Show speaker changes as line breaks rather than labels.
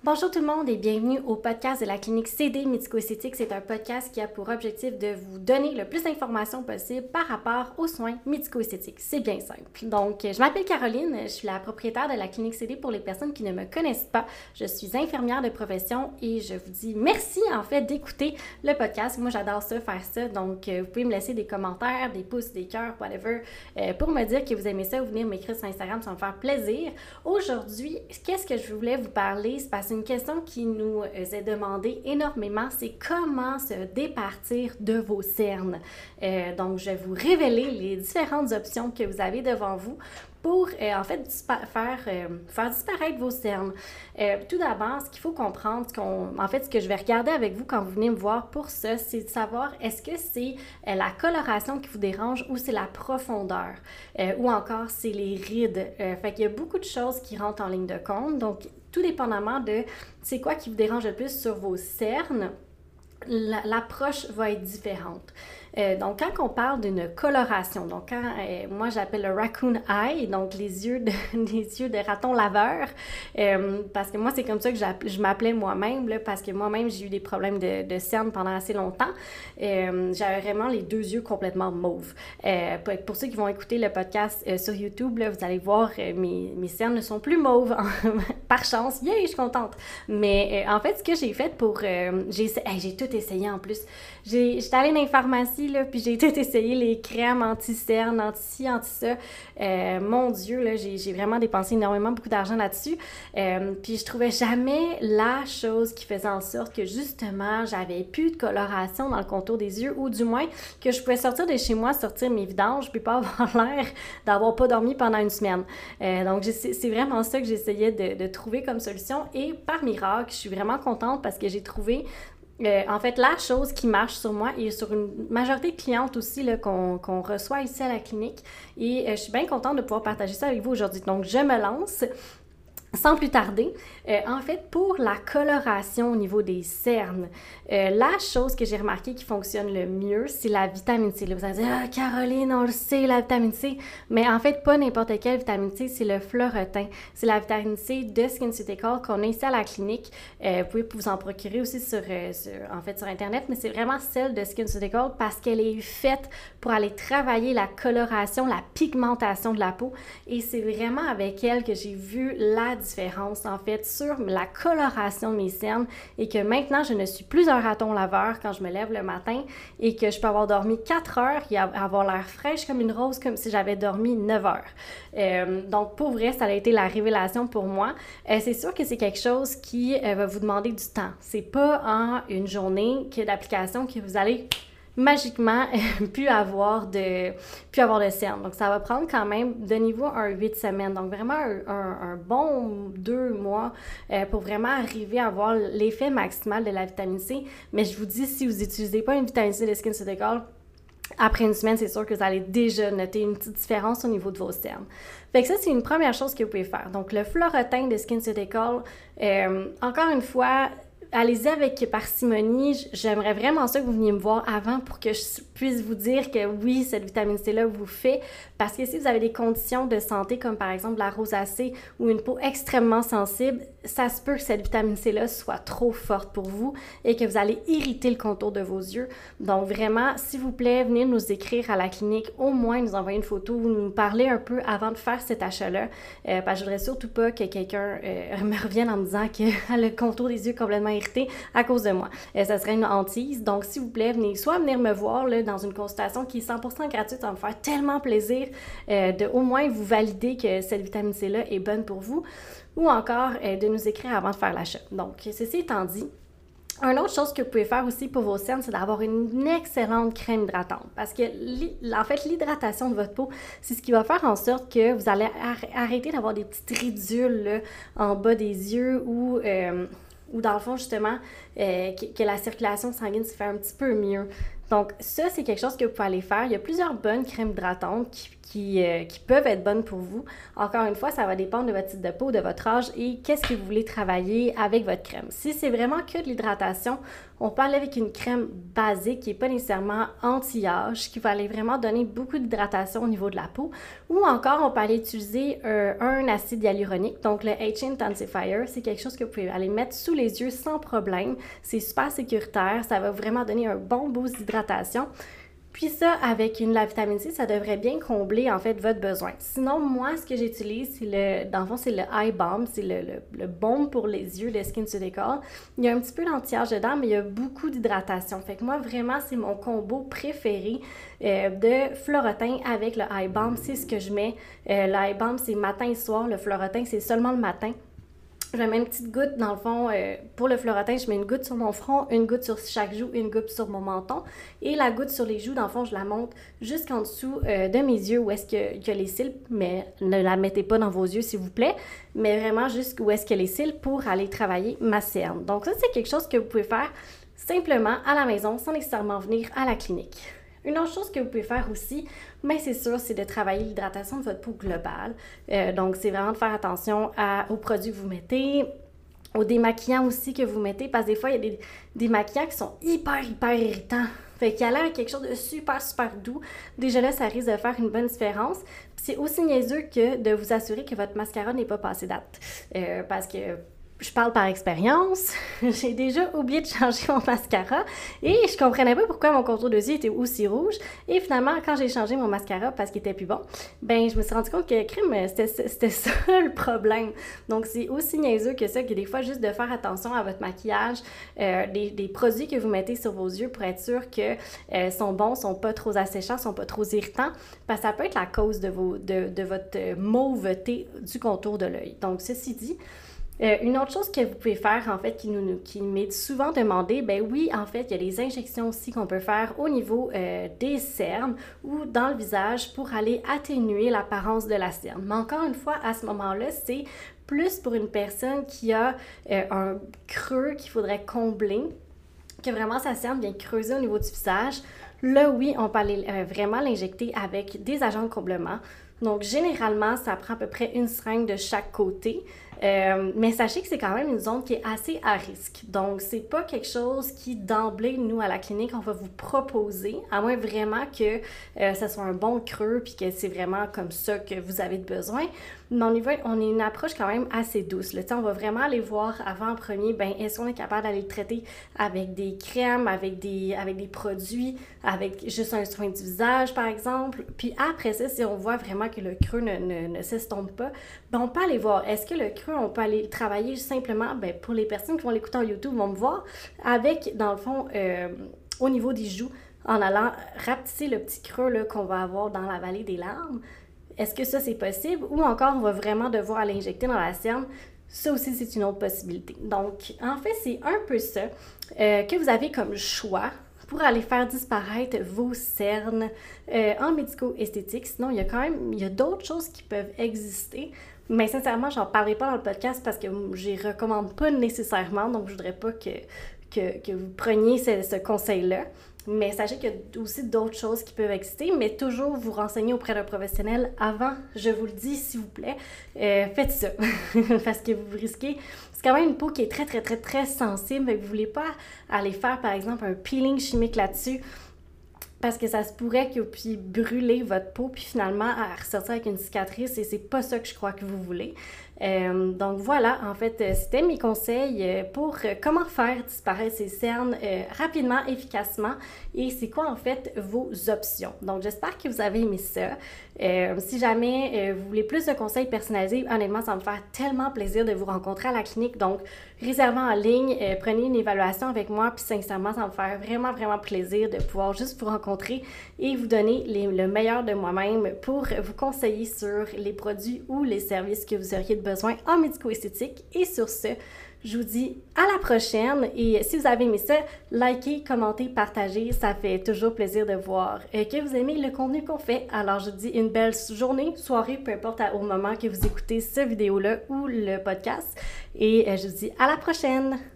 Bonjour tout le monde et bienvenue au podcast de la clinique CD Médico-Esthétique. C'est un podcast qui a pour objectif de vous donner le plus d'informations possible par rapport aux soins médico-esthétiques. C'est bien simple. Donc, je m'appelle Caroline, je suis la propriétaire de la clinique CD pour les personnes qui ne me connaissent pas. Je suis infirmière de profession et je vous dis merci en fait d'écouter le podcast. Moi, j'adore ça, faire ça. Donc, vous pouvez me laisser des commentaires, des pouces, des cœurs, whatever, pour me dire que vous aimez ça ou venir m'écrire sur Instagram, ça va me faire plaisir. Aujourd'hui, qu'est-ce que je voulais vous parler? C'est parce que une question qui nous est demandée énormément, c'est comment se départir de vos cernes. Donc, je vais vous révéler les différentes options que vous avez devant vous pour en fait faire disparaître vos cernes. Tout d'abord, ce qu'il faut comprendre, ce que je vais regarder avec vous quand vous venez me voir pour ça, c'est de savoir est-ce que c'est la coloration qui vous dérange ou c'est la profondeur ou encore c'est les rides. Fait qu'il y a beaucoup de choses qui rentrent en ligne de compte. Donc, tout dépendamment de c'est quoi qui vous dérange le plus sur vos cernes, l'approche va être différente. Donc, quand on parle d'une coloration, donc moi j'appelle le raccoon eye, donc les yeux de raton laveur, parce que moi c'est comme ça que je m'appelais moi-même, là, parce que moi-même j'ai eu des problèmes de cernes pendant assez longtemps. J'avais vraiment les deux yeux complètement mauves. Pour ceux qui vont écouter le podcast sur YouTube, là, vous allez voir mes cernes ne sont plus mauves, par chance, yeah, je suis contente. Mais en fait, ce que j'ai fait pour... j'ai tout essayé en plus. J'étais allée dans les pharmacies, là, puis j'ai tout essayé, les crèmes anti-cernes, anti-ci, anti-ça. Mon Dieu, là, j'ai vraiment dépensé beaucoup d'argent là-dessus. Puis je trouvais jamais la chose qui faisait en sorte que justement, j'avais plus de coloration dans le contour des yeux, ou du moins que je pouvais sortir de chez moi, sortir mes vidanges, puis pas avoir l'air d'avoir pas dormi pendant une semaine. Donc c'est vraiment ça que j'essayais de trouver comme solution. Et par miracle, je suis vraiment contente parce que j'ai trouvé en fait, la chose qui marche sur moi et sur une majorité de clientes aussi là, qu'on reçoit ici à la clinique. Et je suis bien contente de pouvoir partager ça avec vous aujourd'hui. Donc, je me lance. Sans plus tarder, en fait, pour la coloration au niveau des cernes, la chose que j'ai remarqué qui fonctionne le mieux, c'est la vitamine C. Là, vous allez dire, « Ah, Caroline, on le sait, la vitamine C. » Mais en fait, pas n'importe quelle vitamine C, c'est le Phloretin. C'est la vitamine C de SkinCeuticals qu'on a ici à la clinique. Vous pouvez vous en procurer aussi sur Internet, mais c'est vraiment celle de SkinCeuticals parce qu'elle est faite pour aller travailler la coloration, la pigmentation de la peau. Et c'est vraiment avec elle que j'ai vu la différence en fait sur la coloration de mes cernes et que maintenant je ne suis plus un raton laveur quand je me lève le matin et que je peux avoir dormi 4 heures et avoir l'air fraîche comme une rose comme si j'avais dormi 9 heures. Donc pour vrai, ça a été la révélation pour moi. C'est sûr que c'est quelque chose qui va vous demander du temps. C'est pas en une journée d'application que vous allez magiquement plus avoir de cernes. Donc, ça va prendre quand même de niveau 8 semaines. Donc, vraiment un bon 2 mois pour vraiment arriver à avoir l'effet maximal de la vitamine C. Mais je vous dis, si vous n'utilisez pas une vitamine C de SkinCeuticals, après une semaine, c'est sûr que vous allez déjà noter une petite différence au niveau de vos cernes. Fait que ça, c'est une première chose que vous pouvez faire. Donc, le Phloretin de SkinCeuticals, encore une fois, allez-y avec parcimonie. J'aimerais vraiment ça que vous veniez me voir avant pour que je puisse vous dire que oui, cette vitamine C-là vous fait. Parce que si vous avez des conditions de santé comme par exemple la rosacée ou une peau extrêmement sensible, ça se peut que cette vitamine C-là soit trop forte pour vous et que vous allez irriter le contour de vos yeux. Donc vraiment, s'il vous plaît, venez nous écrire à la clinique, au moins nous envoyer une photo ou nous parler un peu avant de faire cet achat-là. Parce que je voudrais surtout pas que quelqu'un me revienne en me disant que le contour des yeux est complètement irrité à cause de moi. Ça serait une hantise. Donc, s'il vous plaît, venez soit venir me voir là, dans une consultation qui est 100% gratuite. Ça va me faire tellement plaisir de au moins vous valider que cette vitamine C-là est bonne pour vous ou encore de nous écrire avant de faire l'achat. Donc, ceci étant dit, une autre chose que vous pouvez faire aussi pour vos cernes, c'est d'avoir une excellente crème hydratante. Parce que, en fait, l'hydratation de votre peau, c'est ce qui va faire en sorte que vous allez arrêter d'avoir des petites ridules là, en bas des yeux ou dans le fond, justement, que la circulation sanguine se fait un petit peu mieux. Donc, ça, c'est quelque chose que vous pouvez aller faire. Il y a plusieurs bonnes crèmes hydratantes qui peuvent être bonnes pour vous. Encore une fois, ça va dépendre de votre type de peau, de votre âge et qu'est-ce que vous voulez travailler avec votre crème. Si c'est vraiment que de l'hydratation, on peut aller avec une crème basique qui n'est pas nécessairement anti-âge, qui va aller vraiment donner beaucoup d'hydratation au niveau de la peau. Ou encore, on peut aller utiliser un acide hyaluronique, donc le H Intensifier. C'est quelque chose que vous pouvez aller mettre sous les yeux sans problème. C'est super sécuritaire, ça va vraiment donner un bon boost d'hydratation. Puis ça, avec la vitamine C, ça devrait bien combler, en fait, votre besoin. Sinon, moi, ce que j'utilise, dans le fond, c'est le Eye Balm, c'est le baume pour les yeux de SkinCeuticals. Il y a un petit peu d'anti-âge dedans, mais il y a beaucoup d'hydratation. Fait que moi, vraiment, c'est mon combo préféré de Florotin avec le Eye Balm. C'est ce que je mets. Le Eye Balm, c'est matin et soir. Le Florotin, c'est seulement le matin. Je mets une petite goutte, dans le fond, pour le Florotin, je mets une goutte sur mon front, une goutte sur chaque joue, une goutte sur mon menton. Et la goutte sur les joues, dans le fond, je la monte jusqu'en dessous de mes yeux où est-ce qu'il y a les cils. Mais ne la mettez pas dans vos yeux, s'il vous plaît. Mais vraiment jusqu'où est-ce qu'il y a les cils pour aller travailler ma cerne. Donc ça, c'est quelque chose que vous pouvez faire simplement à la maison, sans nécessairement venir à la clinique. Une autre chose que vous pouvez faire aussi, mais c'est sûr, c'est de travailler l'hydratation de votre peau globale. Donc, c'est vraiment de faire attention aux produits que vous mettez, aux démaquillants aussi que vous mettez, parce que des fois, il y a des maquillants qui sont hyper irritants. Fait qu'il y a l'air quelque chose de super doux. Déjà là, ça risque de faire une bonne différence. Puis c'est aussi niaiseux que de vous assurer que votre mascara n'est pas passé date. Parce que je parle par expérience, j'ai déjà oublié de changer mon mascara et je comprenais pas pourquoi mon contour de yeux était aussi rouge. Et finalement, quand j'ai changé mon mascara parce qu'il était plus bon, ben je me suis rendu compte que crème, c'était ça le problème. Donc c'est aussi niaiseux que ça, que des fois, juste de faire attention à votre maquillage, des produits que vous mettez sur vos yeux pour être sûr que sont bons, sont pas trop asséchants, sont pas trop irritants, parce que ça peut être la cause de votre mauveté du contour de l'œil. Donc ceci dit, une autre chose que vous pouvez faire, en fait, qui m'est souvent demandé, ben oui, en fait, il y a des injections aussi qu'on peut faire au niveau des cernes ou dans le visage pour aller atténuer l'apparence de la cerne. Mais encore une fois, à ce moment-là, c'est plus pour une personne qui a un creux qu'il faudrait combler, que vraiment sa cerne vient creuser au niveau du visage. Là, oui, on peut aller vraiment l'injecter avec des agents de comblement. Donc, généralement, ça prend à peu près une seringue de chaque côté. Mais sachez que c'est quand même une zone qui est assez à risque. Donc, c'est pas quelque chose qui, d'emblée, nous, à la clinique, on va vous proposer, à moins vraiment que ça soit un bon creux puis que c'est vraiment comme ça que vous avez besoin. Mais on est une approche quand même assez douce. Là. On va vraiment aller voir avant en premier, ben est-ce qu'on est capable d'aller le traiter avec des crèmes, avec des produits, avec juste un soin du visage, par exemple. Puis après ça, si on voit vraiment que le creux ne s'estompe pas, ben on peut aller voir. Est-ce que le creux, on peut aller le travailler simplement, ben pour les personnes qui vont l'écouter en YouTube, vont me voir, avec, dans le fond, au niveau des joues, en allant rapetisser le petit creux là, qu'on va avoir dans la vallée des larmes. Est-ce que ça, c'est possible? Ou encore, on va vraiment devoir aller injecter dans la cerne? Ça aussi, c'est une autre possibilité. Donc, en fait, c'est un peu ça que vous avez comme choix pour aller faire disparaître vos cernes en médico-esthétique. Sinon, il y a d'autres choses qui peuvent exister. Mais sincèrement, j'en parlerai pas dans le podcast parce que je les recommande pas nécessairement. Donc, je voudrais pas que vous preniez ce conseil-là. Mais sachez qu'il y a aussi d'autres choses qui peuvent exister, mais toujours vous renseigner auprès d'un professionnel avant, je vous le dis, s'il vous plaît, faites ça. Parce que vous risquez, c'est quand même une peau qui est très sensible, mais vous ne voulez pas aller faire, par exemple, un peeling chimique là-dessus, parce que ça se pourrait que vous puissiez brûler votre peau, puis finalement, à ressortir avec une cicatrice, et c'est pas ça que je crois que vous voulez. Donc voilà, en fait, c'était mes conseils pour comment faire disparaître ces cernes rapidement, efficacement, et c'est quoi en fait vos options. Donc j'espère que vous avez aimé ça. Si jamais vous voulez plus de conseils personnalisés, honnêtement, ça va me faire tellement plaisir de vous rencontrer à la clinique. Donc réservez en ligne, prenez une évaluation avec moi, puis sincèrement, ça va me faire vraiment plaisir de pouvoir juste vous rencontrer et vous donner le meilleur de moi-même pour vous conseiller sur les produits ou les services que vous auriez besoin en médico-esthétique. Et sur ce, je vous dis à la prochaine. Et si vous avez aimé ça, likez, commentez, partagez. Ça fait toujours plaisir de voir que vous aimez le contenu qu'on fait. Alors, je vous dis une belle journée, soirée, peu importe au moment que vous écoutez cette vidéo-là ou le podcast. Et je vous dis à la prochaine!